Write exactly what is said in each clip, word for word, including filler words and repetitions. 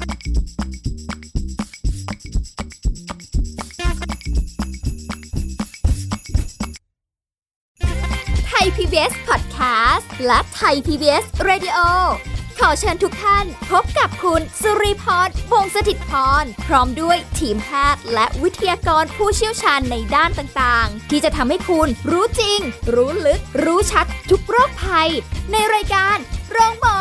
ไทย พี บี เอส Podcast และไทย พี บี เอส Radio ขอเชิญทุกท่านพบกับคุณสุริพร วงศ์สถิตพรพร้อมด้วยทีมแพทย์และวิทยากรผู้เชี่ยวชาญในด้านต่างๆที่จะทำให้คุณรู้จริงรู้ลึกรู้ชัดทุกโรคภัยในรายการโรงหมอ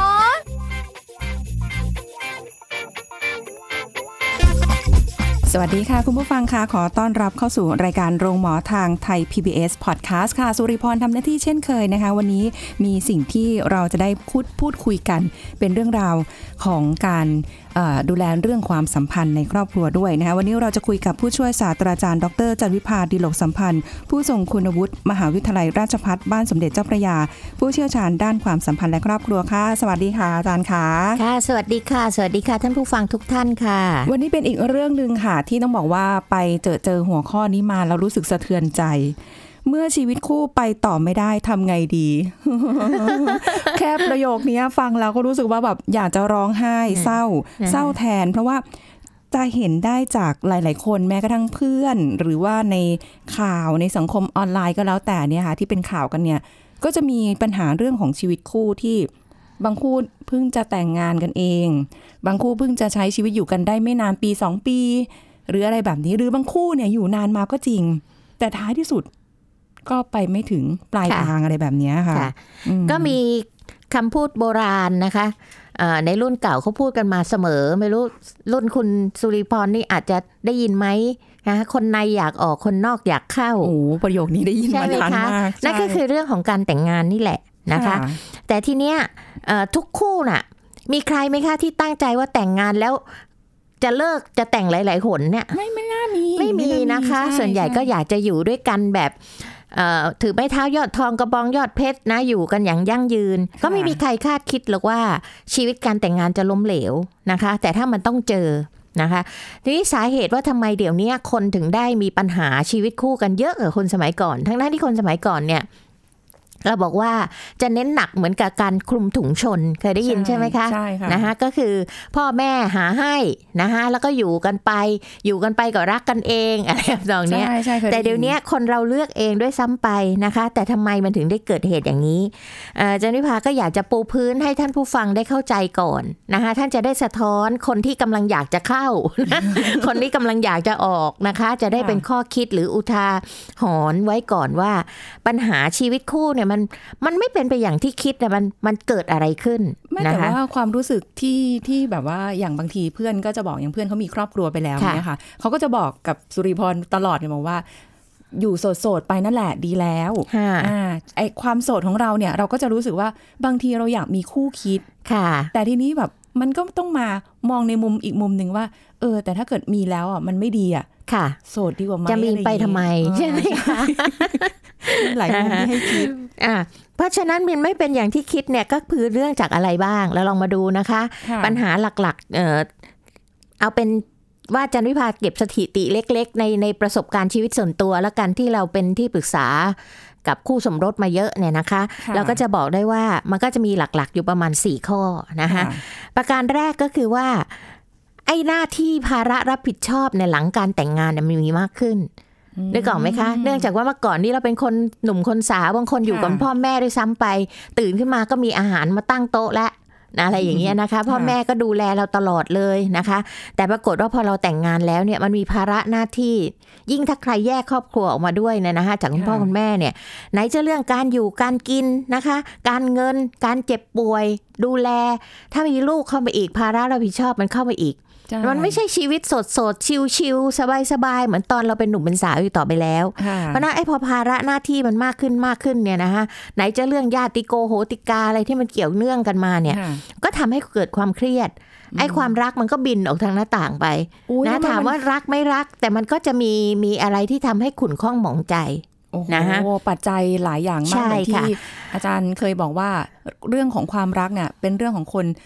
สวัสดีค่ะคุณผู้ฟังค่ะขอต้อนรับเข้าสู่รายการโรงหมอทางไทย พี บี เอส Podcast ค่ะสุริพรทำหน้าที่เช่นเคยนะคะวันนี้มีสิ่งที่เราจะได้พูดพูดคุยกันเป็นเรื่องราวของการดูแลเรื่องความสัมพันธ์ในครอบครัวด้วยนะคะวันนี้เราจะคุยกับผู้ช่วยศาสตราจารย์ดรจันวิภาดิโลกสัมพันธ์ผู้ทรงคุณวุฒิมหาวิทยาลัยราชภัฏบ้านสมเด็จเจ้าพระยาผู้เชี่ยวชาญด้านความสัมพันธ์และครอบครัวค่ะสวัสดีค่ะอาจารย์ค่ะค่ะสวัสดีค่ะสวัสดีค่ะท่านผู้ฟังทุกท่านค่ะวันนี้เป็นอีกเรื่องนึงค่ะที่ต้องบอกว่าไปเจอเจอหัวข้อนี้มาแล้วรู้สึกสะเทือนใจเมื่อชีวิตคู่ไปต่อไม่ได้ทำไงดี แค่ประโยคนี้ฟังแล้วก็รู้สึกว่าแบบอยากจะร้องไห้เศร้าเศร้าแทนเพราะว่าจะเห็นได้จากหลายๆคนแม้กระทั่งเพื่อนหรือว่าในข่าวในสังคมออนไลน์ก็แล้วแต่เนี่ยค่ะที่เป็นข่าวกันเนี่ยก็จะมีปัญหาเรื่องของชีวิตคู่ที่บางคู่เพิ่งจะแต่งงานกันเองบางคู่เพิ่งจะใช้ชีวิตอยู่กันได้ไม่นานปีสองปีหรืออะไรแบบนี้หรือบางคู่เนี่ยอยู่นานมาก็จริงแต่ท้ายที่สุดก็ไปไม่ถึงปลายทางอะไรแบบนี้ค่ะก็มีคำพูดโบราณนะคะในรุ่นเก่าเขาพูดกันมาเสมอไม่รู้รุ่นคุณสุริพรนี่อาจจะได้ยินไหมนะคนในอยากออกคนนอกอยากเข้าโอ้ประโยคนี้ได้ยินมานานมากนั่นก็คือเรื่องของการแต่งงานนี่แหละนะคะแต่ทีเนี้ยทุกคู่น่ะมีใครไหมคะที่ตั้งใจว่าแต่งงานแล้วจะเลิกจะแต่งหลายๆหนเนี่ยไม่ไม่น่ามีไม่มีนะคะส่วนใหญ่ก็อยากจะอยู่ด้วยกันแบบถือไม้เท้ายอดทองกระบองยอดเพชรนะอยู่กันอย่างยั่งยืนก็ไม่มีใครคาดคิดหรอกว่าชีวิตการแต่งงานจะล้มเหลวนะคะแต่ถ้ามันต้องเจอนะคะทีนี้สาเหตุว่าทำไมเดี๋ยวนี้คนถึงได้มีปัญหาชีวิตคู่กันเยอะกว่าคนสมัยก่อนทั้งนั้นที่คนสมัยก่อนเนี่ยเราบอกว่าจะเน้นหนักเหมือนกับการคลุมถุงชนเคยได้ยินใช่ไหมคะใช่ค่ะนะคะก็คือพ่อแม่หาให้นะคะแล้วก็อยู่กันไปอยู่กันไปก็รักกันเองอะไรแบบนี้แต่เดี๋ยวนี้คนเราเลือกเองด้วยซ้ำไปนะคะแต่ทำไมมันถึงได้เกิดเหตุอย่างนี้จันวิภาก็อยากจะปูพื้นให้ท่านผู้ฟังได้เข้าใจก่อนนะคะท่านจะได้สะท้อนคนที่กำลังอยากจะเข้า คนที่กำลังอยากจะออกนะคะจะได้เป็นข้อคิดหรืออุทาหรณ์ไว้ก่อนว่าปัญหาชีวิตคู่เนี่ยมันมันไม่เป็นไปอย่างที่คิดนะมันมันเกิดอะไรขึ้นไม่แต่ว่าความรู้สึกที่ที่แบบว่าอย่างบางทีเพื่อนก็จะบอกอย่างเพื่อนเขามีครอบครัวไปแล้วเนี่ยค่ะเขาก็จะบอกกับสุริพรตลอดเนี่ยบอกว่าอยู่โสดๆไปนั่นแหละดีแล้วอ่าไอความโสดของเราเนี่ยเราก็จะรู้สึกว่าบางทีเราอยากมีคู่คิดค่ะแต่ทีนี้แบบมันก็ต้องมามองในมุมอีกมุมนึงว่าเออแต่ถ้าเกิดมีแล้วอ่ะมันไม่ดีอ่ะค่ะโสดดีกว่าไหมจะมีไปทำไมใช่ไหมคะหลายมุมที่ให้คิดอ่ะเพราะฉะนั้นมันไม่เป็นอย่างที่คิดเนี่ยก็คือเรื่องจากอะไรบ้างแล้วลองมาดูนะคะปัญหาหลักๆเออเอาเป็นว่าจันวิภาเก็บสถิติเล็กๆในในประสบการณ์ชีวิตส่วนตัวแล้วกันที่เราเป็นที่ปรึกษากับคู่สมรสมาเยอะเนี่ยนะคะเราก็จะบอกได้ว่ามันก็จะมีหลักๆอยู่ประมาณสี่ข้อนะคะประการแรกก็คือว่าไอ้หน้าที่ภาระรับผิดชอบในหลังการแต่งงานมันมีมากขึ้นนึกออกไหมคะเนื่องจากว่าเมื่อก่อนนี่เราเป็นคนหนุ่มคนสาวบางคนอยู่กับพ่อแม่ด้วยซ้ำไปตื่นขึ้นมาก็มีอาหารมาตั้งโต๊ะและนะอะไรอย่างเงี้ยนะคะพ่อแม่ก็ดูแลเราตลอดเลยนะคะแต่ปรากฏว่าพอเราแต่งงานแล้วเนี่ยมันมีภาระหน้าที่ยิ่งถ้าใครแยกครอบครัวออกมาด้วยเนี่ยนะคะจากคุณพ่อคุณแม่เนี่ยไหนจะเรื่องการอยู่การกินนะคะการเงินการเจ็บป่วยดูแลถ้ามีลูกเข้ามาอีกภาระรับผิดชอบมันเข้ามาอีกมันไม่ใช่ชีวิตสดสดชิลชิลสบายสบายเหมือนตอนเราเป็นหนุ่มเป็นสาวอยู่ต่อไปแล้วเพราะนั้นไอ้พอภาระหน้าที่มันมากขึ้นมากขึ้นเนี่ยนะคะไหนจะเรื่องญาติโกโหติกาอะไรที่มันเกี่ยวเนื่องกันมาเนี่ยก็ทำให้เกิดความเครียดไอ้ความรักมันก็บินออกทางหน้าต่างไปนะถามว่ารักไม่รักแต่มันก็จะมีมีอะไรที่ทำให้ขุ่นข้องหมองใจนะฮะปัจจัยหลายอย่างมากที่อาจารย์เคยบอกว่าเรื่องของความรักเนี่ยเป็นเรื่องของคน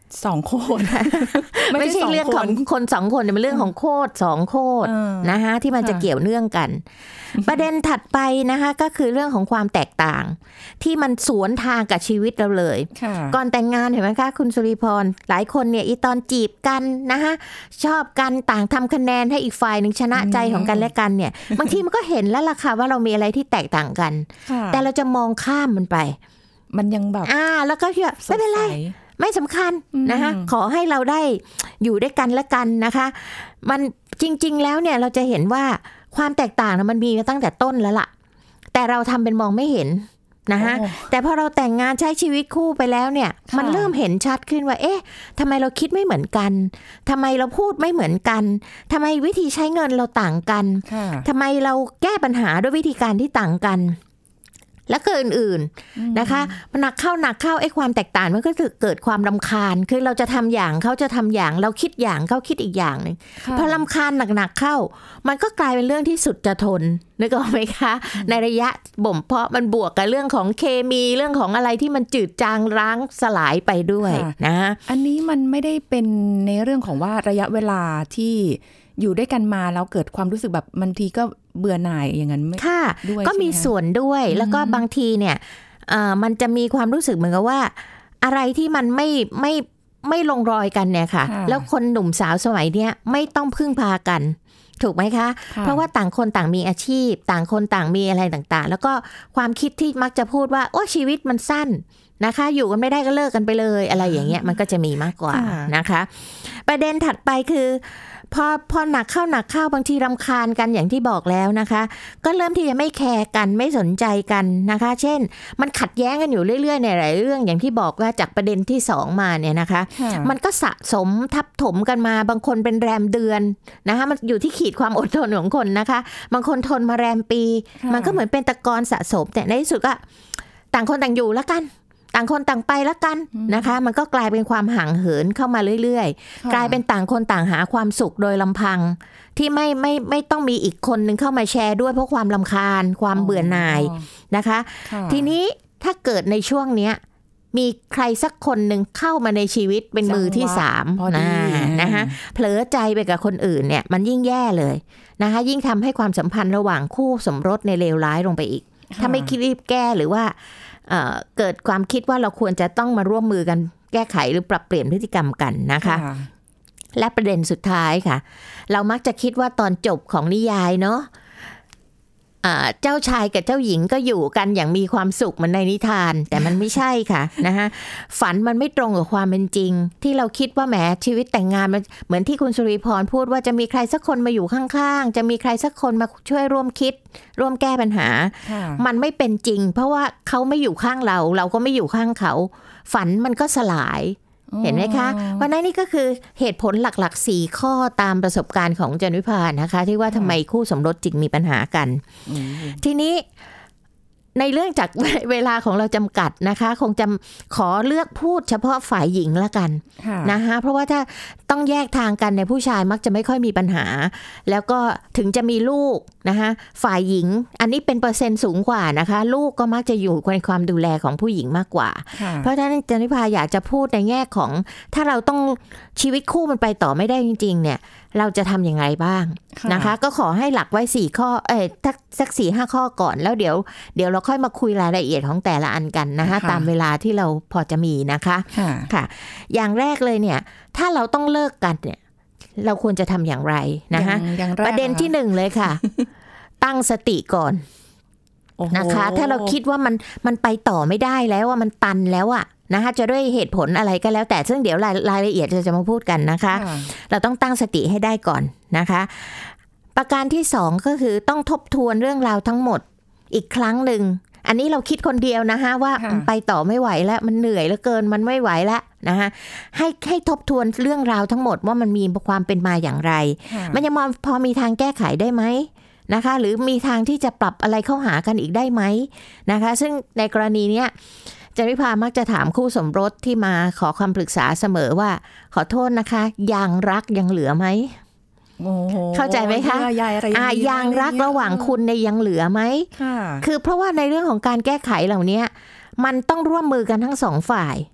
สองคนไม่ใช่เรื่องของคนสองคนเนี่ยมันเรื่องของโคตรสองโคตรนะคะที่มันจะเกี่ยวเนื่องกันประเด็นถัดไปนะคะก็คือเรื่องของความแตกต่างที่มันสวนทางกับชีวิตเราเลยก่อนแต่งงานเห็นไหมคะคุณสุริพรหลายคนเนี่ยอีตอนจีบกันนะคะชอบกันต่างทำคะแนนให้อีกฝ่ายหนึ่งชนะใจของกันและกันเนี่ยบางทีมันก็เห็นแล้วล่ะค่ะว่าเรามีอะไรที่แตกต่างกันแต่เราจะมองข้ามมันไปมันยังแบบอ่าแล้วก็คือไม่เป็นไรไม่สำคัญนะคะขอให้เราได้อยู่ด้วยกันและกันนะคะมันจริงๆแล้วเนี่ยเราจะเห็นว่าความแตกต่างนะมันมีมาตั้งแต่ต้นแล้วล่ะแต่เราทำเป็นมองไม่เห็นนะคะแต่พอเราแต่งงานใช้ชีวิตคู่ไปแล้วเนี่ยมันเริ่มเห็นชัดขึ้นว่าเอ๊ะทำไมเราคิดไม่เหมือนกันทำไมเราพูดไม่เหมือนกันทำไมวิธีใช้เงินเราต่างกันทำไมเราแก้ปัญหาด้วยวิธีการที่ต่างกันและก็อื่นๆนะคะมันหนักเข้าหนักเข้าไอ้ความแตกต่างมันก็จะเกิดความรำคาญคือเราจะทำอย่างเขาจะทำอย่างเราคิดอย่างเขาคิดอีกอย่างนึงพอรำคาญหนักๆเข้ามันก็กลายเป็นเรื่องที่สุดจะทนนึกออกไหมคะในระยะบ่มเพาะมันบวกกับเรื่องของเคมีเรื่องของอะไรที่มันจืดจางร้างสลายไปด้วยนะอันนี้มันไม่ได้เป็นในเรื่องของว่าระยะเวลาที่อยู่ด้วยกันมาแล้วเกิดความรู้สึกแบบบางทีก็เบื่อหน่ายอย่างนั้นไม่ค่ะก็มีส่วนด้วยแล้วก็บางทีเนี่ยมันจะมีความรู้สึกเหมือนกับว่าอะไรที่มันไม่ไม่ไม่ลงรอยกันเนี่ยค่ะแล้วคนหนุ่มสาวสมัยเนี้ยไม่ต้องพึ่งพากันถูกไหมคะเพราะว่าต่างคนต่างมีอาชีพต่างคนต่างมีอะไรต่างๆแล้วก็ความคิดที่มักจะพูดว่าโอ้ชีวิตมันสั้นนะคะอยู่กันไม่ได้ก็เลิกกันไปเลยอะไรอย่างเงี้ยมันก็จะมีมากกว่านะคะประเด็นถัดไปคือพอพอหนักเข้าหนักเข้าบางทีรำคาญกันอย่างที่บอกแล้วนะคะก็เริ่มที่จะไม่แคร์กันไม่สนใจกันนะคะเช่นมันขัดแย้งกันอยู่เรื่อยๆในหลายเรื่องอย่างที่บอกว่าจากประเด็นที่สองมาเนี่ยนะคะมันก็สะสมทับถมกันมาบางคนเป็นแรมเดือนนะคะมันอยู่ที่ขีดความอดทนของคนนะคะบางคนทนมาแรมปีมันก็เหมือนเป็นตะกอนสะสมแต่ในที่สุดก็ต่างคนต่างอยู่แล้วกันต่างคนต่างไปแล้วกันนะคะมันก็กลายเป็นความห่างเหินเข้ามาเรื่อยๆกลายเป็นต่างคนต่างหาความสุขโดยลำพังที่ไม่ไม่ไม่ต้องมีอีกคนนึงเข้ามาแชร์ด้วยเพราะความรำคาญความเบื่อหน่ายนะคะทีนี้ถ้าเกิดในช่วงเนี้ยมีใครสักคนหนึ่งเข้ามาในชีวิตเป็นมือที่สามนะนะคะเผลอใจไปกับคนอื่นเนี่ยมันยิ่งแย่เลยนะคะยิ่งทำให้ความสัมพันธ์ระหว่างคู่สมรสในเลวร้ายลงไปอีกถ้าไม่คิดรีบแก้หรือว่าเอ่อเกิดความคิดว่าเราควรจะต้องมาร่วมมือกันแก้ไขหรือปรับเปลี่ยนพฤติกรรมกันนะคะและประเด็นสุดท้ายค่ะเรามักจะคิดว่าตอนจบของนิยายเนาะเจ้าชายกับเจ้าหญิงก็อยู่กันอย่างมีความสุขเหมือนในนิทานแต่มันไม่ใช่ค่ะนะคะฝันมันไม่ตรงกับความเป็นจริงที่เราคิดว่าแหมชีวิตแต่งงานมันเหมือนที่คุณสุริพรพูดว่าจะมีใครสักคนมาอยู่ข้างๆจะมีใครสักคนมาช่วยร่วมคิดร่วมแก้ปัญหามันไม่เป็นจริงเพราะว่าเขาไม่อยู่ข้างเราเราก็ไม่อยู่ข้างเขาฝันมันก็สลายเห็นไหมคะวันนั้นนี่ก็คือเหตุผลหลักๆสี่ข้อตามประสบการณ์ของจันวิภานะคะที่ว่าทำไมคู่สมรสจึงมีปัญหากันทีนี้ในเรื่องจากเวลาของเราจำกัดนะคะคงจะขอเลือกพูดเฉพาะฝ่ายหญิงละกันนะคะเพราะว่าถ้าต้องแยกทางกันในผู้ชายมักจะไม่ค่อยมีปัญหาแล้วก็ถึงจะมีลูกนะคะฝ่ายหญิงอันนี้เป็นเปอร์เซ็นต์สูงกว่านะคะลูกก็มักจะอยู่ในความดูแลของผู้หญิงมากกว่าเพราะฉะนั้นจันวิภาอยากจะพูดในแง่ของถ้าเราต้องชีวิตคู่มันไปต่อไม่ได้จริงๆเนี่ยเราจะทำอย่างไรบ้างนะคะก็ขอให้หลักไว้สี่ข้อเอ้ยสักสี่ห้าข้อก่อนแล้วเดี๋ยวเดี๋ยวเราค่อยมาคุยรายละเอียดของแต่ละอันกันนะคะตามเวลาที่เราพอจะมีนะคะค่ะอย่างแรกเลยเนี่ยถ้าเราต้องเลิกกันเนี่ยเราควรจะทำอย่างไรนะคะประเด็นที่หนึ่งเลยค่ะตั้งสติก่อนนะคะถ้าเราคิดว่ามันมันไปต่อไม่ได้แล้วว่ามันตันแล้วอะนะคะจะด้วยเหตุผลอะไรก็แล้วแต่ซึ่งเดี๋ยวรายรายละเอียดจะจะมาพูดกันนะคะเราต้องตั้งสติให้ได้ก่อนนะคะประการที่สองก็คือต้องทบทวนเรื่องราวทั้งหมดอีกครั้งหนึ่งอันนี้เราคิดคนเดียวนะคะว่ามันไปต่อไม่ไหวแล้วมันเหนื่อยเหลือเกินมันไม่ไหวแล้วนะคะให้ให้ทบทวนเรื่องราวทั้งหมดว่ามันมีความเป็นมาอย่างไรมันยังพอมีทางแก้ไขได้ไหมนะคะหรือมีทางที่จะปรับอะไรเข้าหากันอีกได้ไหมนะคะซึ่งในกรณีเนี้ยจันวิภามักจะถามคู่สมรสที่มาขอคำปรึกษาเสมอว่าขอโทษนะคะยางรักยังเหลือไหมเข้าใจไหมคะอ่ายางรักระหว่างคุณในยังเหลือไหมคือเพราะว่าในเรื่องของการแก้ไขเหล่านี้มันต้องร่วมมือกันทั้งสองฝ่าย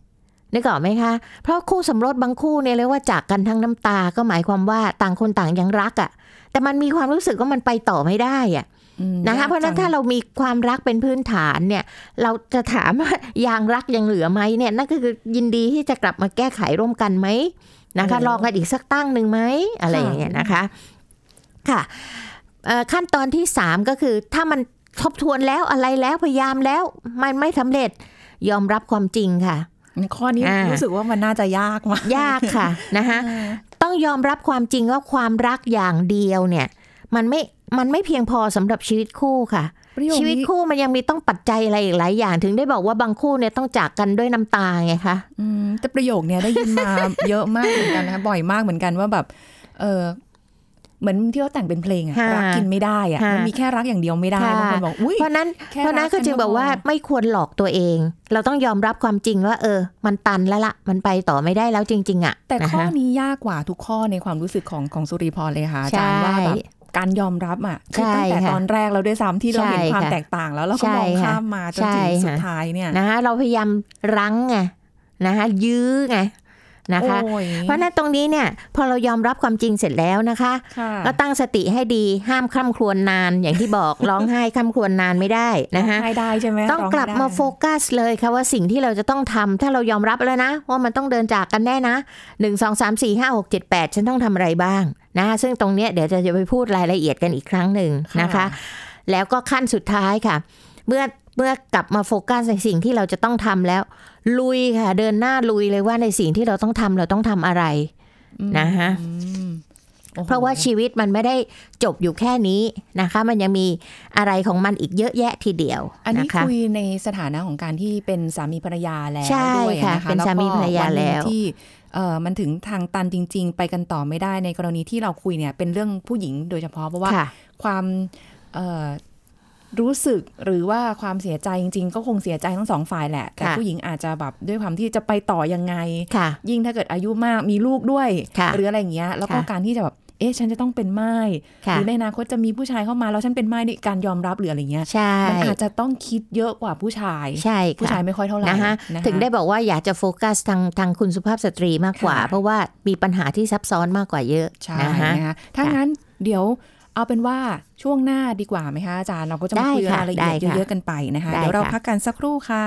นึกออกไหมคะเพราะคู่สมรสบางคู่เนี่ยเรียกว่าจากกันทั้งน้ำตาก็หมายความว่าต่างคนต่างยังรักอ่ะแต่มันมีความรู้สึกว่ามันไปต่อไม่ได้อ่ะนะคะเพราะนั้นถ้าเรามีความรักเป็นพื้นฐานเนี่ยเราจะถามว่ายางรักยังเหลือไหมเนี่ยนั่นก็คือยินดีที่จะกลับมาแก้ไขร่วมกันไหมนะคะลองกันอีกสักตั้งหนึ่งไหมอะไรอย่างเงี้ยนะคะค่ะขั้นตอนที่สามก็คือถ้ามันทบทวนแล้วอะไรแล้วพยายามแล้วมันไม่สำเร็จยอมรับความจริงค่ะข้อนี้รู้สึกว่ามันน่าจะยากมากยากค่ะนะคะต้องยอมรับความจริงว่าความรักอย่างเดียวเนี่ยมันไม่มันไม่เพียงพอสำหรับชีวิตคู่ค่ะชีวิตคู่มันยังมีต้องปัจจัยอะไรอีกหลายอย่างถึงได้บอกว่าบางคู่เนี่ยต้องจากกันด้วยน้ำตาไงคะแต่ประโยคนี้ได้ยินมา เยอะมากเหมือนกันนะคะบ่อยมากเหมือนกันว่าแบบเออเหมือนที่เขาแต่งเป็นเพลงอะรักกินไม่ได้อะมันมีแค่รักอย่างเดียวไม่ได้บางคนบอกอุ้ยเพราะนั้นเพราะนั้นก็จึงบอกว่าไม่ควรหลอกตัวเองเราต้องยอมรับความจริงว่าเออมันตันแล้วละมันไปต่อไม่ได้แล้วจริงๆอะแต่ข้อนี้ยากกว่าทุกข้อในความรู้สึกของของสุริพรเลยค่ะอาจารย์ว่าแบบการยอมรับอ่ะคือตั้งแต่ตอนแรกเราด้วยซ้ำที่เราเห็นความแตกต่างแล้วเราก็มองข้ามมาจนถึงสุดท้ายเนี่ยนะคะเราพยายามรั้งไงนะคะยื้อไงนะคะเพราะนั้นตรงนี้เนี่ยพอเรายอมรับความจริงเสร็จแล้วนะคะก็ตั้งสติให้ดีห้ามคร่ำครวญนานอย่างที่บอก ร้องไห้คร่ำครวญนานไม่ได้นะคะไม่ได้ใช่ไหมต้องกลับมาโฟกัสเลยค่ะว่าสิ่งที่เราจะต้องทำถ้าเรายอมรับแล้วนะว่ามันต้องเดินจากกันแน่นะหนึ่ง สอง สาม สี่ ห้า หก เจ็ด แปดฉันต้องทำอะไรบ้างนะซึ่งตรงเนี้ยเดี๋ยวจะจะไปพูดรายละเอียดกันอีกครั้งหนึ่งนะคะแล้วก็ขั้นสุดท้ายค่ะเมื่อเมื่อกลับมาโฟกัสในสิ่งที่เราจะต้องทำแล้วลุยค่ะเดินหน้าลุยเลยว่าในสิ่งที่เราต้องทำเราต้องทำอะไรนะคะเพราะว่าชีวิตมันไม่ได้จบอยู่แค่นี้นะคะมันยังมีอะไรของมันอีกเยอะแยะทีเดียวอันนี้คุยในสถานะของการที่เป็นสามีภรรยาแล้วด้วยนะคะเป็นสามีภรรยาแล้วที่เอ่อมันถึงทางตันจริงๆไปกันต่อไม่ได้ในกรณีที่เราคุยเนี่ยเป็นเรื่องผู้หญิงโดยเฉพาะเพราะว่าความเอ่อรู้สึกหรือว่าความเสียใจจริงๆก็คงเสียใจทั้งสองฝ่ายแหละแต่ผู้หญิงอาจจะแบบด้วยความที่จะไปต่อยังไงยิ่งถ้าเกิดอายุมากมีลูกด้วยหรืออะไรอย่างเงี้ยแล้วก็การที่จะแบบเอ๊ะฉันจะต้องเป็นม่ายหรือในอนาคตจะมีผู้ชายเข้ามาแล้วฉันเป็นม่ายในการยอมรับหรืออะไรเงี้ยมันอาจจะต้องคิดเยอะกว่าผู้ชายผู้ชายไม่ค่อยเท่าไหร่นะคะถึงได้บอกว่าอยากจะโฟกัสทางทางคุณสุภาพสตรีมากกว่าเพราะว่ามีปัญหาที่ซับซ้อนมากกว่าเยอะนะคะถ้างั้นเดี๋ยวเอาเป็นว่าช่วงหน้าดีกว่าไหมคะอาจารย์เราก็จะมาคุยรายละเอียดเยอะๆกันไปนะคะเดี๋ยวเราพักกันสักครู่ค่ะ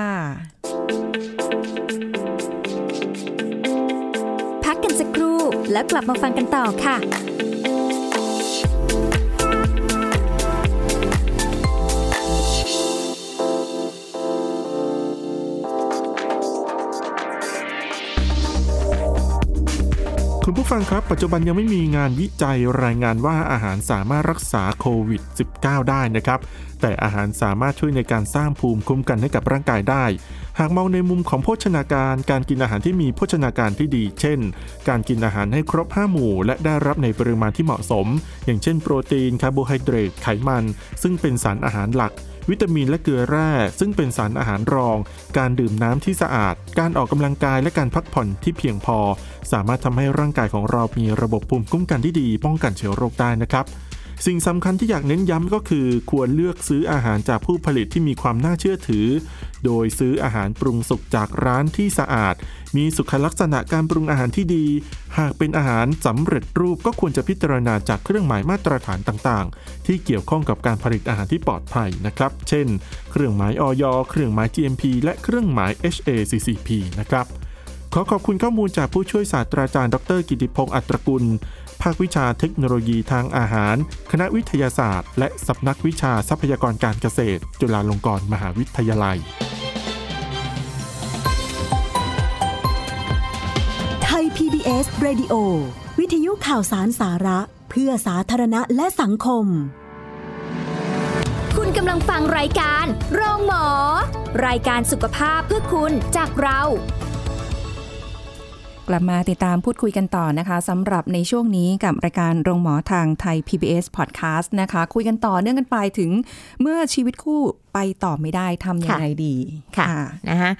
พักกันสักครู่แล้วกลับมาฟังกันต่อค่ะคุณผู้ฟังครับปัจจุบันยังไม่มีงานวิจัยรายงานว่าอาหารสามารถรักษาโควิด สิบเก้า ได้นะครับแต่อาหารสามารถช่วยในการสร้างภูมิคุ้มกันให้กับร่างกายได้หากมองในมุมของโภชนาการการกินอาหารที่มีโภชนาการที่ดีเช่นการกินอาหารให้ครบห้าหมู่และได้รับในปริมาณที่เหมาะสมอย่างเช่นโปรตีนคาร์โบไฮเดรตไขมันซึ่งเป็นสารอาหารหลักวิตามินและเกลือแร่ซึ่งเป็นสารอาหารรองการดื่มน้ำที่สะอาดการออกกำลังกายและการพักผ่อนที่เพียงพอสามารถทำให้ร่างกายของเรามีระบบภูมิคุ้มกันที่ดีป้องกันเชื้อโรคได้นะครับสิ่งสำคัญที่อยากเน้นย้ำก็คือควรเลือกซื้ออาหารจากผู้ผลิตที่มีความน่าเชื่อถือโดยซื้ออาหารปรุงสุกจากร้านที่สะอาดมีสุขลักษณะการปรุงอาหารที่ดีหากเป็นอาหารสำเร็จรูปก็ควรจะพิจารณาจากเครื่องหมายมาตรฐานต่างๆที่เกี่ยวข้องกับการผลิตอาหารที่ปลอดภัยนะครับเช่นเครื่องหมาย อย เครื่องหมาย จี เอ็ม พี และเครื่องหมาย เอช เอ ซี ซี พี นะครับขอขอบคุณข้อมูลจากผู้ช่วยศาสตราจารย์ดรกิติพงษ์อัตรกุลภาควิชาเทคโนโลยีทางอาหารคณะวิทยาศาสตร์และสำนักวิชาทรัพยากรการเกษตรจุฬาลงกรณ์มหาวิทยาลัยไทย พี บี เอส Radio วิทยุข่าวสารสาระเพื่อสาธารณะและสังคมคุณกำลังฟังรายการโรงหมอรายการสุขภาพเพื่อคุณจากเรากลับมาติดตามพูดคุยกันต่อนะคะสำหรับในช่วงนี้กับรายการโรงหมอทางไทย พี บี เอส Podcast นะคะคุยกันต่อเนื่องกันไปถึงเมื่อชีวิตคู่ไปต่อไม่ได้ทำยังไงดีค่ะนะคะ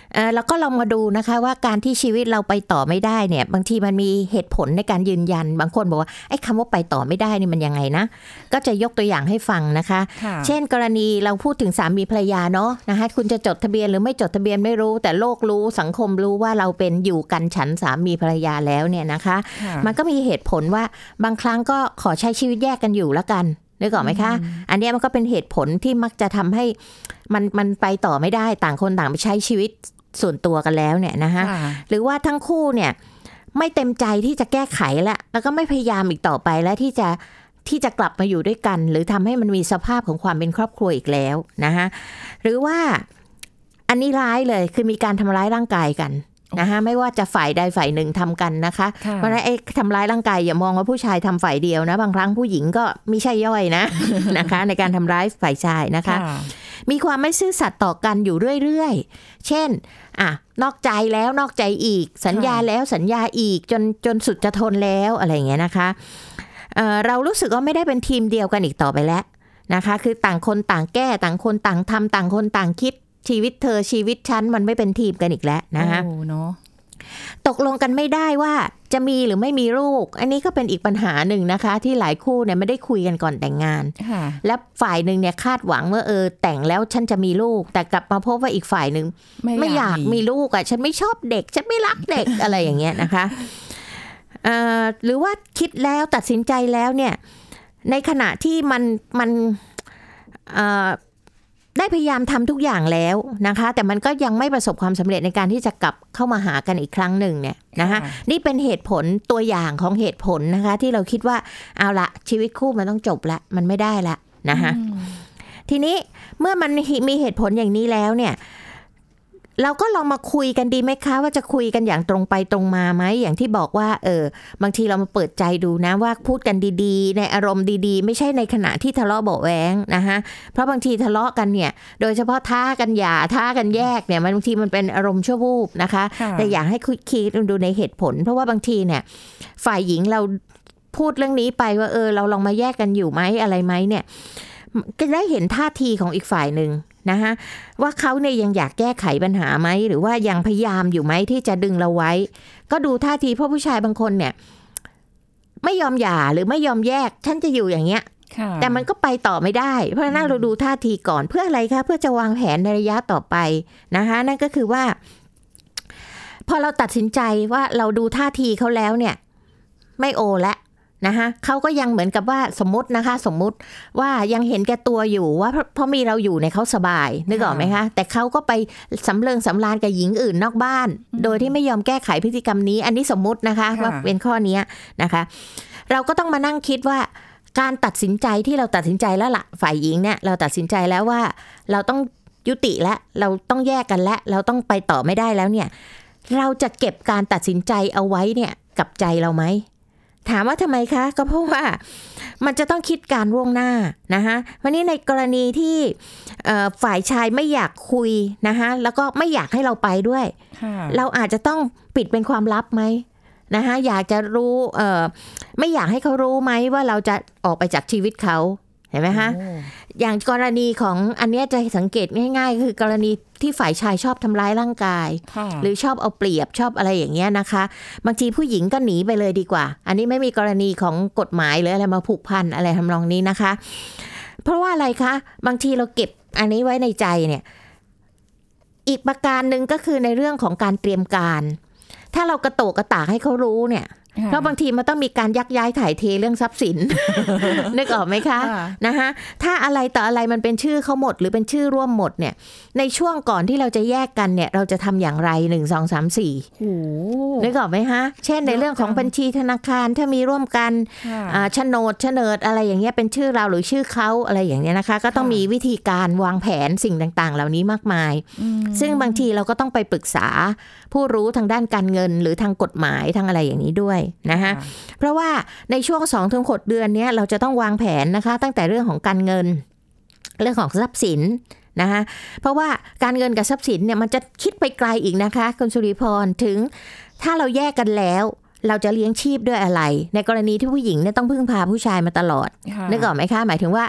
เออแล้วก็ลองมาดูนะคะว่าการที่ชีวิตเราไปต่อไม่ได้เนี่ยบางทีมันมีเหตุผลในการยืนยันบางคนบอกว่าไอ้คำว่าไปต่อไม่ได้นี่มันยังไงนะก็จะยกตัวอย่างให้ฟังนะคะเช่นกรณีเราพูดถึงสามีภรรยาเนาะนะคะคุณจะจดทะเบียนหรือไม่จดทะเบียนไม่รู้แต่โลกรู้สังคมรู้ว่าเราเป็นอยู่กันฉันสามีภรรยาแล้วเนี่ยนะคะมันก็มีเหตุผลว่าบางครั้งก็ขอใช้ชีวิตแยกกันอยู่แล้วกันนึกออกไหมคะอันนี้มันก็เป็นเหตุผลที่มักจะทำให้มันมันไปต่อไม่ได้ต่างคนต่างไปใช้ชีวิตส่วนตัวกันแล้วเนี่ยนะคะหรือว่าทั้งคู่เนี่ยไม่เต็มใจที่จะแก้ไขแล้วแล้วก็ไม่พยายามอีกต่อไปแล้วที่จะที่จะกลับมาอยู่ด้วยกันหรือทำให้มันมีสภาพของความเป็นครอบครัวอีกแล้วนะคะหรือว่าอันนี้ร้ายเลยคือมีการทำร้ายร่างกายกันนะคะไม่ว่าจะฝ่ายใดฝ่ายหนึ่งทำกันนะคะเพราะฉะนั้นไอ้ทำร้ายร่างกายอย่ามองว่าผู้ชายทำฝ่ายเดียวนะบางครั้งผู้หญิงก็ไม่ใช่ย่อยนะ นะคะในการทำร้ายฝ่ายชายนะคะมีความไม่ซื่อสัตย์ต่อกันอยู่เรื่อยๆเช่นอ่ะนอกใจแล้วนอกใจอีกสัญญาแล้วสัญญาอีกจนจนสุดจะทนแล้วอะไรอย่างเงี้ยนะคะ เอ่อ เรารู้สึกว่าไม่ได้เป็นทีมเดียวกันอีกต่อไปแล้วนะคะคือต่างคนต่างแก้ต่างคนต่างทำต่างคนต่างคิดชีวิตเธอชีวิตฉันมันไม่เป็นทีมกันอีกแล้วนะคะโอ้เนาะตกลงกันไม่ได้ว่าจะมีหรือไม่มีลูกอันนี้ก็เป็นอีกปัญหาหนึ่งนะคะที่หลายคู่เนี่ยไม่ได้คุยกันก่อนแต่งงานและฝ่ายหนึ่งเนี่ยคาดหวังว่าเออแต่งแล้วฉันจะมีลูกแต่กลับมาพบว่าอีกฝ่ายหนึ่งไม่, ไม่อยากมีลูกอ่ะฉันไม่ชอบเด็กฉันไม่รักเด็ก อะไรอย่างเงี้ยนะคะเอ่อหรือว่าคิดแล้วตัดสินใจแล้วเนี่ยในขณะที่มันมันเอ่อได้พยายามทำทุกอย่างแล้วนะคะแต่มันก็ยังไม่ประสบความสำเร็จในการที่จะกลับเข้ามาหากันอีกครั้งหนึ่งเนี่ยนะคะนี่เป็นเหตุผลตัวอย่างของเหตุผลนะคะที่เราคิดว่าเอาละชีวิตคู่มันต้องจบละมันไม่ได้ละนะคะทีนี้เมื่อมันมีเหตุผลอย่างนี้แล้วเนี่ยเราก็ลองมาคุยกันดีไหมคะว่าจะคุยกันอย่างตรงไปตรงมาไหมอย่างที่บอกว่าเออบางทีเรามาเปิดใจดูนะว่าพูดกันดีๆในอารมณ์ดีๆไม่ใช่ในขณะที่ทะเลาะเบาะแว้งนะคะเพราะบางทีทะเลาะกันเนี่ยโดยเฉพาะท้ากันหย่าท้ากันแยกเนี่ยมันบางทีมันเป็นอารมณ์ชั่ววูบนะคะแต่อยากให้คิดดูในเหตุผลเพราะว่าบางทีเนี่ยฝ่ายหญิงเราพูดเรื่องนี้ไปว่าเออเราลองมาแยกกันอยู่ไหมอะไรไหมเนี่ยก็ได้เห็นท่าทีของอีกฝ่ายนึงนะคะว่าเขาเนี่ยยังอยากแก้ไขปัญหาไหมหรือว่ายังพยายามอยู่ไหมที่จะดึงเราไว้ก็ดูท่าทีเพราะผู้ชายบางคนเนี่ยไม่ยอมหย่าหรือไม่ยอมแยกฉันจะอยู่อย่างเงี้ยแต่มันก็ไปต่อไม่ได้เพราะฉะนั้นเราดูท่าทีก่อนเพื่ออะไรคะเพื่อจะวางแผนในระยะต่อไปนะคะนั่นก็คือว่าพอเราตัดสินใจว่าเราดูท่าทีเขาแล้วเนี่ยไม่โอและนะคะเขาก็ยังเหมือนกับว่าสมมตินะคะสมมุติว่ายังเห็นแก่ตัวอยู่ว่าเพราะมีเราอยู่ในเขาสบายนึกออกไหมคะแต่เขาก็ไปสำเริงสำราญกับหญิงอื่นนอกบ้านโดยที่ไม่ยอมแก้ไขพฤติกรรมนี้อันนี้สมมุตินะคะว่าเป็นข้อนี้นะคะเราก็ต้องมานั่งคิดว่าการตัดสินใจที่เราตัดสินใจแล้วล่ะฝ่ายหญิงเนี่ยเราตัดสินใจแล้วว่าเราต้องยุติแล้วเราต้องแยกกันแล้วเราต้องไปต่อไม่ได้แล้วเนี่ยเราจะเก็บการตัดสินใจเอาไว้เนี่ยกับใจเราไหมถามว่าทำไมคะก็เพราะว่ามันจะต้องคิดการล่วงหน้านะคะวันนี้ในกรณีที่ฝ่ายชายไม่อยากคุยนะคะแล้วก็ไม่อยากให้เราไปด้วยเราอาจจะต้องปิดเป็นความลับไหมนะคะอยากจะรู้เอ่อไม่อยากให้เขารู้ไหมว่าเราจะออกไปจากชีวิตเขาเห็นไหมคะอย่างกรณีของอันนี้จะสังเกตง่ายๆคือกรณีที่ฝ่ายชายชอบทำร้ายร่างกายหรือชอบเอาเปรียบชอบอะไรอย่างเงี้ยนะคะบางทีผู้หญิงก็หนีไปเลยดีกว่าอันนี้ไม่มีกรณีของกฎหมายหรืออะไรมาผูกพันอะไรทำนองนี้นะคะเพราะว่าอะไรคะบางทีเราเก็บอันนี้ไว้ในใจเนี่ยอีกประการหนึ่งก็คือในเรื่องของการเตรียมการถ้าเรากระโตกกระตากให้เขารู้เนี่ยเพราะบางทีมันต้องมีการยักย้ายถ่ายเทเรื่องทรัพย์สิน นึกออกไหมคะนะคะถ้าอะไรต่ออะไรมันเป็นชื่อเขาหมดหรือเป็นชื่อร่วมหมดเนี่ยในช่วงก่อนที่เราจะแยกกันเนี่ยเราจะทำอย่างไรหนึ่ง สอง สาม สี่นึกออกไหมคะเช่นในเรื่องของบัญชีธนาคารถ้ามีร่วมกันโฉนดโฉนดอะไรอย่างเงี้ยเป็นชื่อเราหรือชื่อเขาอะไรอย่างเงี้ยนะคะก็ต้องมีวิธีการวางแผนสิ่งต่างๆเหล่านี้มากมายซึ่งบางทีเราก็ต้องไปปรึกษาผู้รู้ทางด้านการเงินหรือทางกฎหมายทางอะไรอย่างนี้ด้วยนะคะเพราะว่าในช่วง สองถึงหก เดือนนี้เราจะต้องวางแผนนะคะตั้งแต่เรื่องของการเงินเรื่องของทรัพย์สินนะคะเพราะว่าการเงินกับทรัพย์สินเนี่ยมันจะคิดไปไกลอีกนะคะคุณสุริพรถึงถ้าเราแยกกันแล้วเราจะเลี้ยงชีพด้วยอะไรในกรณีที่ผู้หญิงเนี่ยต้องพึ่งพาผู้ชายมาตลอดนึกออกไหมคะหมายถึงว่า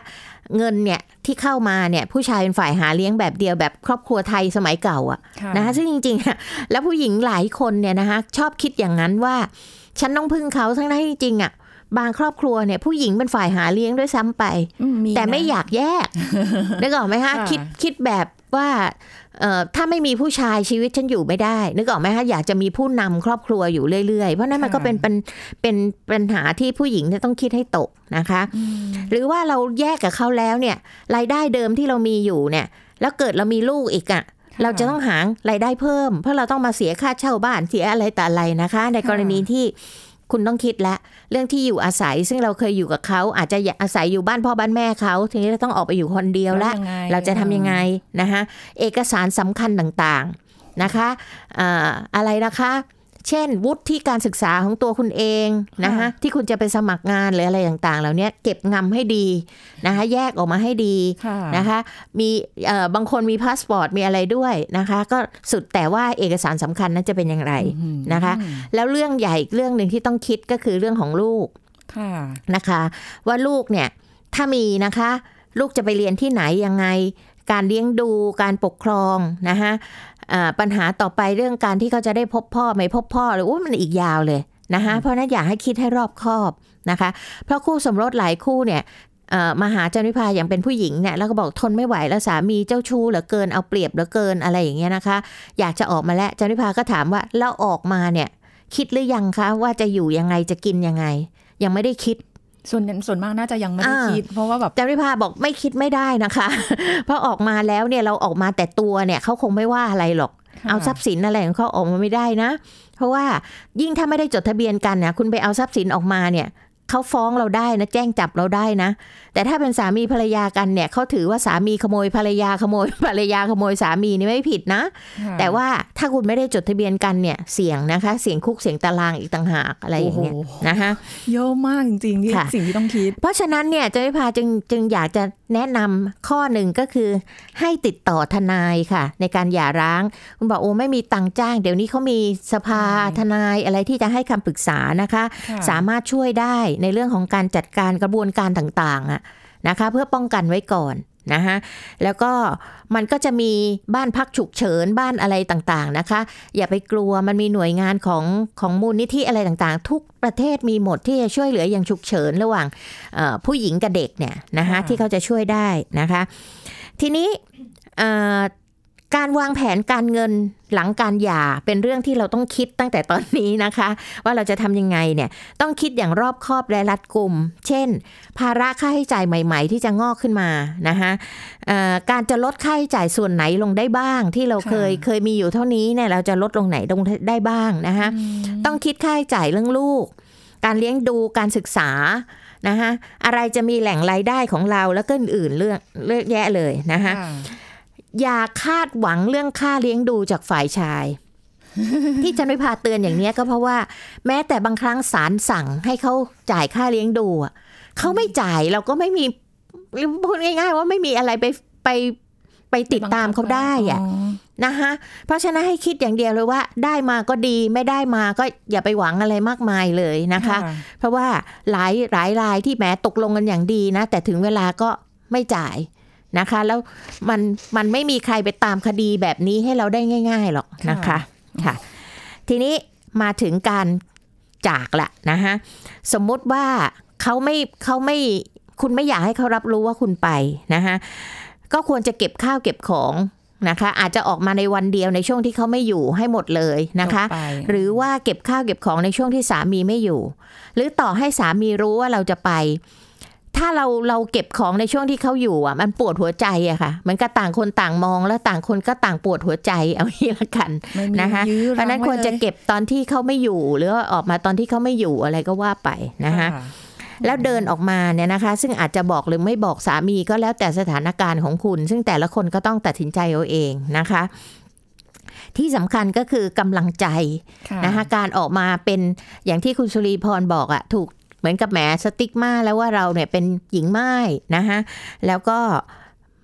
เงินเนี่ยที่เข้ามาเนี่ยผู้ชายเป็นฝ่ายหาเลี้ยงแบบเดียวแบบครอบครัวไทยสมัยเก่าอ่ะนะคะซึ่งจริงๆแล้วผู้หญิงหลายคนเนี่ยนะคะชอบคิดอย่างนั้นว่าฉันต้องพึ่งเขาทั้งนั้นจริงๆอ่ะบางครอบครัวเนี่ยผู้หญิงเป็นฝ่ายหาเลี้ยงด้วยซ้ำไปแต่ไม่อยากแยกนึกออกไหมคะคิดคิดแบบว่าเอ่อถ้าไม่มีผู้ชายชีวิตฉันอยู่ไม่ได้นึกออกไหมคะอยากจะมีผู้นำครอบครัวอยู่เรื่อยๆเพราะนั้นมันก็เป็นเป็นเป็นปัญหาที่ผู้หญิงจะต้องคิดให้ตกนะคะหรือว่าเราแยกกับเขาแล้วเนี่ยรายได้เดิมที่เรามีอยู่เนี่ยแล้วเกิดเรามีลูกอีกอ่ะเราจะต้องหารายได้เพิ่มเพราะเราต้องมาเสียค่าเช่าบ้านเสียอะไรแต่อะไรนะคะในกรณีที่คุณต้องคิดแล้วเรื่องที่อยู่อาศัยซึ่งเราเคยอยู่กับเขาอาจจะอาศัยอยู่บ้านพ่อบ้านแม่เขาทีนี้เราต้องออกไปอยู่คนเดียวแล้วเราจะทำยังไงนะคะเอกสารสำคัญต่างๆนะคะอ่าอะไรนะคะเช่นวุฒิที่การศึกษาของตัวคุณเองนะคะที่คุณจะไปสมัครงานหรืออะไรต่างๆเหล่านี้เก็บงำให้ดีนะคะแยกออกมาให้ดีนะคะมีเอ่อบางคนมีพาสปอร์ตมีอะไรด้วยนะคะก็สุดแต่ว่าเอกสารสำคัญนั้นจะเป็นอย่างไรนะคะแล้วเรื่องใหญ่เรื่องนึงที่ต้องคิดก็คือเรื่องของลูกนะคะว่าลูกเนี่ยถ้ามีนะคะลูกจะไปเรียนที่ไหนยังไงการเลี้ยงดูการปกครองนะคะปัญหาต่อไปเรื่องการที่เขาจะได้พบพ่อไม่พบพ่อหรือว่ามันอีกยาวเลยนะคะเพราะนั้นอยากให้คิดให้รอบคอบนะคะเพราะคู่สมรสหลายคู่เนี่ยมาหาจันวิภาอย่างเป็นผู้หญิงเนี่ยแล้วก็บอกทนไม่ไหวแล้วสามีเจ้าชู้เหลือเกินเอาเปรียบเหลือเกินอะไรอย่างเงี้ยนะคะอยากจะออกมาแล้วจันวิภาก็ถามว่าแล้วออกมาเนี่ยคิดหรือยังคะว่าจะอยู่ยังไงจะกินยังไงยังไม่ได้คิดส่วนส่วนมากน่าจะยังไม่ได้คิดเพราะว่าแบบจันวิภาบอกไม่คิดไม่ได้นะคะ เพราะออกมาแล้วเนี่ยเราออกมาแต่ตัวเนี่ยเขาคงไม่ว่าอะไรหรอกเอาทรัพย์สินอะไรของเขาออกมาไม่ได้นะเพราะว่ายิ่งถ้าไม่ได้จดทะเบียนกันเนี่ยคุณไปเอาทรัพย์สินออกมาเนี่ยเขาฟ้องเราได้นะแจ้งจับเราได้นะแต่ถ้าเป็นสามีภรรยากันเนี่ยเขาถือว่าสามีขโมยภรรยาขโมยภรรยาขโมยสามีนี่ไม่ผิดนะแต่ว่าถ้าคุณไม่ได้จดทะเบียนกันเนี่ยเสี่ยงนะคะเสี่ยงคุกเสี่ยงตารางอีกต่างหากอะไรอย่างเงี้ยนะคะเยอะมากจริงๆที่สิ่งที่ต้องคิดเพราะฉะนั้นเนี่ยจันวิภาจึงจึงอยากจะแนะนำข้อหนึ่งก็คือให้ติดต่อทนายค่ะในการหย่าร้างคุณบอกโอ้ไม่มีตังค์จ้างเดี๋ยวนี้เขามีสภาทนายอะไรที่จะให้คำปรึกษานะคะสามารถช่วยได้ในเรื่องของการจัดการกระบวนการต่างๆอะนะคะเพื่อป้องกันไว้ก่อนนะคะแล้วก็มันก็จะมีบ้านพักฉุกเฉินบ้านอะไรต่างๆนะคะอย่าไปกลัวมันมีหน่วยงานของของมูลนิธิอะไรต่างๆทุกประเทศมีหมดที่จะช่วยเหลืออย่างฉุกเฉินระหว่างผู้หญิงกับเด็กเนี่ยนะคะที่เขาจะช่วยได้นะคะทีนี้การวางแผนการเงินหลังการหย่าเป็นเรื่องที่เราต้องคิดตั้งแต่ตอนนี้นะคะว่าเราจะทำยังไงเนี่ยต้องคิดอย่างรอบคอบและรัดกุมเช่นภาระค่าใช้จ่ายใหม่ๆที่จะงอกขึ้นมานะคะการจะลดค่าใช้จ่ายส่วนไหนลงได้บ้างที่เราเคยเคยมีอยู่เท่านี้เนี่ยเราจะลดลงไหนลงได้บ้างนะคะต้องคิดค่าใช้จ่ายเรื่องลูกการเลี้ยงดูการศึกษานะคะอะไรจะมีแหล่งรายได้ของเราแล้วก็อื่นๆเรื่องเยอะแยะเลยนะคะอย่าคาดหวังเรื่องค่าเลี้ยงดูจากฝ่ายชาย ที่จันวิภาเตือนอย่างนี้ก็เพราะว่าแม้แต่บางครั้งศาลสั่งให้เขาจ่ายค่าเลี้ยงดูเขาไม่จ่ายเราก็ไม่มีพูดง่ายๆว่าไม่มีอะไรไปไปไปติดตามเขาได้อะนะคะเพราะฉะนั้นให้คิดอย่างเดียวเลยว่าได้มาก็ดีไม่ได้มาก็อย่าไปหวังอะไรมากมายเลยนะคะเพราะว่าหลายหลายรายที่แม้ตกลงกันอย่างดีนะแต่ถึงเวลาก็ไม่จ่ายนะคะแล้วมันมันไม่มีใครไปตามคดีแบบนี้ให้เราได้ง่ายๆหรอกนะคะค่ะทีนี้มาถึงการจากละนะคะสมมติว่าเขาไม่เขาไม่คุณไม่อยากให้เขารับรู้ว่าคุณไปนะคะก็ควรจะเก็บข้าวเก็บของนะคะอาจจะออกมาในวันเดียวในช่วงที่เขาไม่อยู่ให้หมดเลยนะคะหรือว่าเก็บข้าวเก็บของในช่วงที่สามีไม่อยู่หรือต่อให้สามีรู้ว่าเราจะไปถ้าเราเราเก็บของในช่วงที่เขาอยู่อ่ะมันปวดหัวใจอะค่ะเหมือนกับต่างคนต่างมองแล้วต่างคนก็ต่างปวดหัวใจเอางี้ละกันนะคะเพราะนั้นควรจะเก็บตอนที่เขาไม่อยู่หรือออกมาตอนที่เขาไม่อยู่อะไรก็ว่าไปนะคะแล้วเดินออกมาเนี่ยนะคะซึ่งอาจจะบอกหรือไม่บอกสามีก็แล้วแต่สถานการณ์ของคุณซึ่งแต่ละคนก็ต้องตัดสินใจเอาเองนะคะที่สำคัญก็คือกำลังใจนะคะการออกมาเป็นอย่างที่คุณสุรีพรบอกอะถูกเหมือนกับแหมสติ๊กมาแล้วว่าเราเนี่ยเป็นหญิงม่ายนะคะแล้วก็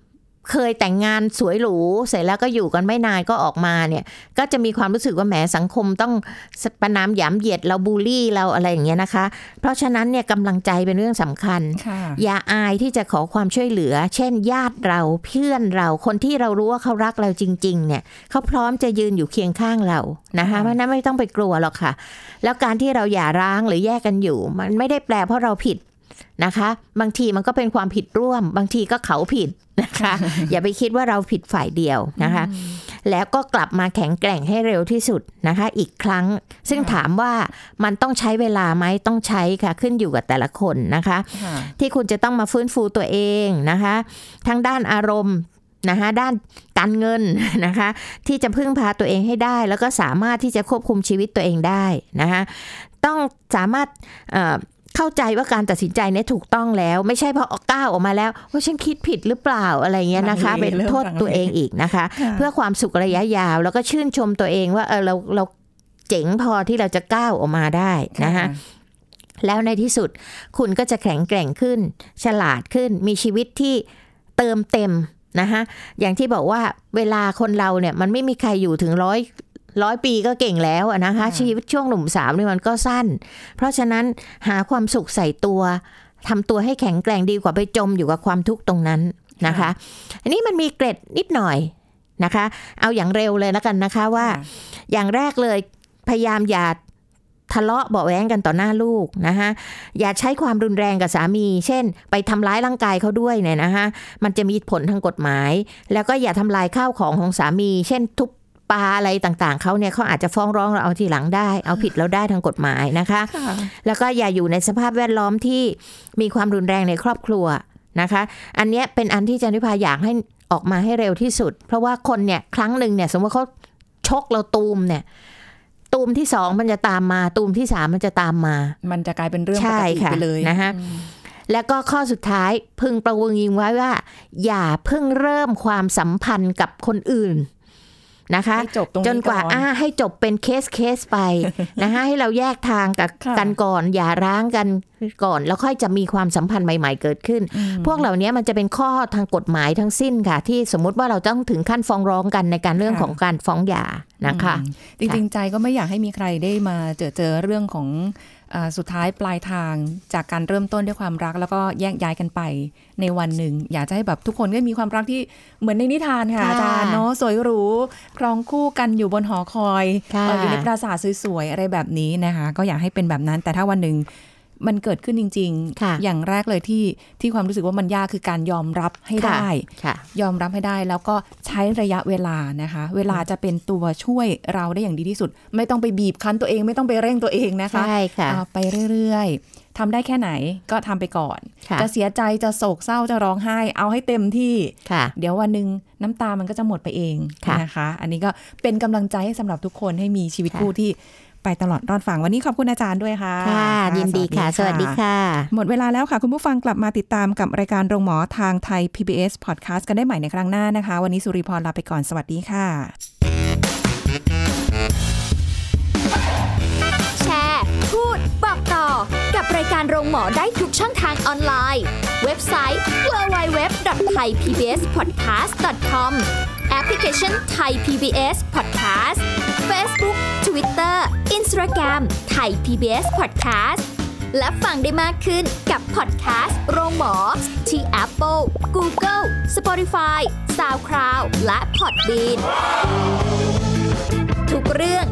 เคยแต่งงานสวยหรูเสร็จแล้วก็อยู่กันไม่นานก็ออกมาเนี่ยก็จะมีความรู้สึกว่าแหมสังคมต้องประณามหยามเหยียดเราบูลลี่เราอะไรอย่างเงี้ยนะคะเพราะฉะนั้นเนี่ยกำลังใจเป็นเรื่องสำคัญอย่าอายที่จะขอความช่วยเหลือเช่นญาติเราเพื่อนเราคนที่เรารู้ว่าเขารักเราจริงๆเนี่ยเขาพร้อมจะยืนอยู่เคียงข้างเรานะคะเพราะนั้นไม่ต้องไปกลัวหรอกค่ะแล้วการที่เราหย่าร้างหรือแยกกันอยู่มันไม่ได้แปลเพราะเราผิดนะคะบางทีมันก็เป็นความผิดร่วมบางทีก็เขาผิดนะคะ อย่าไปคิดว่าเราผิดฝ่ายเดียวนะคะแล้วก็กลับมาแข็งแกร่งให้เร็วที่สุดนะคะอีกครั้งซึ่งถามว่ามันต้องใช้เวลาไหมต้องใช้ค่ะขึ้นอยู่กับแต่ละคนนะคะที่คุณจะต้องมาฟื้นฟูตัวเองนะคะทั้งด้านอารมณ์นะคะด้านการเงินนะคะที่จะพึ่งพาตัวเองให้ได้แล้วก็สามารถที่จะควบคุมชีวิตตัวเองได้นะคะต้องสามารถเอ่อเข้าใจว่าการตัดสินใจเนี่ยถูกต้องแล้วไม่ใช่พอก้าวออกมาแล้วว่าฉันคิดผิดหรือเปล่าอะไรเงี้ยนะคะเป็นโทษตัวเองอีกนะคะเพื่อความสุขระยะยาวแล้วก็ชื่นชมตัวเองว่าเออเราเราเจ๋งพอที่เราจะก้าวออกมาได้นะคะแล้วในที่สุดคุณก็จะแข็งแกร่งขึ้นฉลาดขึ้นมีชีวิตที่เติมเต็มนะคะอย่างที่บอกว่าเวลาคนเราเนี่ยมันไม่มีใครอยู่ถึงร้อยร้อยปีก็เก่งแล้วนะคะชีวิตช่วงหนุ่มสาวนี่มันก็สั้นเพราะฉะนั้นหาความสุขใส่ตัวทำตัวให้แข็งแกร่งดีกว่าไปจมอยู่กับความทุกข์ตรงนั้นนะคะอันนี้มันมีเกร็ดนิดหน่อยนะคะเอาอย่างเร็วเลยแล้วกันนะคะว่าอย่างแรกเลยพยายามอย่าทะเลาะเบาะแว้งกันต่อหน้าลูกนะคะอย่าใช้ความรุนแรงกับสามีเช่นไปทำร้ายร่างกายเขาด้วยเนี่ยนะคะมันจะมีผลทางกฎหมายแล้วก็อย่าทำลายข้าวของของสามีเช่นทุบปลาอะไรต่างๆเขาเนี่ยเขาอาจจะฟ้องร้องเราเอาทีหลังได้เอาผิดเราได้ทางกฎหมายนะคะแล้วก็อย่าอยู่ในสภาพแวดล้อมที่มีความรุนแรงในครอบครัวนะคะอันนี้เป็นอันที่จันทิพาอยากให้ออกมาให้เร็วที่สุดเพราะว่าคนเนี่ยครั้งหนึ่งเนี่ยสมมติว่าเขาชกเราตูมเนี่ยตูมที่สองมันจะตามมาตูมที่สามมันจะตามมามันจะกลายเป็นเรื่องปกติไปเลยนะคะแล้วก็ข้อสุดท้ายพึงประวงยิงไว้ว่าอย่าเพิ่งเริ่มความสัมพันธ์กับคนอื่นนะคะจนกว่าอ่าให้จบเป็นเคสเคสไปนะคะให้เราแยกทางกับกันก่อนอย่าร้างกันก่อนแล้วค่อยจะมีความสัมพันธ์ใหม่ๆเกิดขึ้นพวกเหล่านี้มันจะเป็นข้อทางกฎหมายทั้งสิ้นค่ะที่สมมุติว่าเราต้องถึงขั้นฟ้องร้องกันในการเรื่องของการฟ้องหย่านะคะจริงๆใจก็ไม่อยากให้มีใครได้มาเจอเจอเรื่องของสุดท้ายปลายทางจากการเริ่มต้นด้วยความรักแล้วก็แยกย้ายกันไปในวันหนึ่งอยากจะให้แบบทุกคนก็มีความรักที่เหมือนในนิทานค่ะอาจารย์เนาะสวยหรูครองคู่กันอยู่บนหอคอยอยู่ในปราสาทสวยๆอะไรแบบนี้นะคะก็อยากให้เป็นแบบนั้นแต่ถ้าวันหนึ่งมันเกิดขึ้นจริงๆอย่างแรกเลยที่ที่ความรู้สึกว่ามันยากคือการยอมรับให้ได้ยอมรับให้ได้แล้วก็ใช้ระยะเวลานะคะเวลาจะเป็นตัวช่วยเราได้อย่างดีที่สุดไม่ต้องไปบีบคั้นตัวเองไม่ต้องไปเร่งตัวเองนะคะไปเรื่อยๆทำได้แค่ไหนก็ทำไปก่อนจะเสียใจจะโศกเศร้าจะร้องไห้เอาให้เต็มที่เดี๋ยววันนึงน้ำตามันก็จะหมดไปเองนะคะอันนี้ก็เป็นกำลังใจให้สำหรับทุกคนให้มีชีวิตคู่ที่ไปตลอดรอดฟังวันนี้ขอบคุณอาจารย์ด้วยค่ะค่ะยินดีค่ะสวัสดีค่ะหมดเวลาแล้วค่ะคุณผู้ฟังกลับมาติดตามกับรายการโรงหมอทางไทย พี บี เอส Podcast กันได้ใหม่ในครั้งหน้านะคะวันนี้สุริพรลาไปก่อนสวัสดีค่ะแชร์พูดบอกต่อกับรายการโรงหมอได้ทุกช่องทางออนไลน์เว็บไซต์ ดับเบิลยู ดับเบิลยู ดับเบิลยู ดอท ไทย พี บี เอส พอดแคสต์ ดอท คอม แอปพลิเคชัน Thai พี บี เอส Podcast Facebook Twitter Instagram Thai พี บี เอส Podcast และฟังได้มากขึ้นกับ Podcast โรงหมอที่ Apple, Google, Spotify, SoundCloud และ Podbean ทุกเรื่อง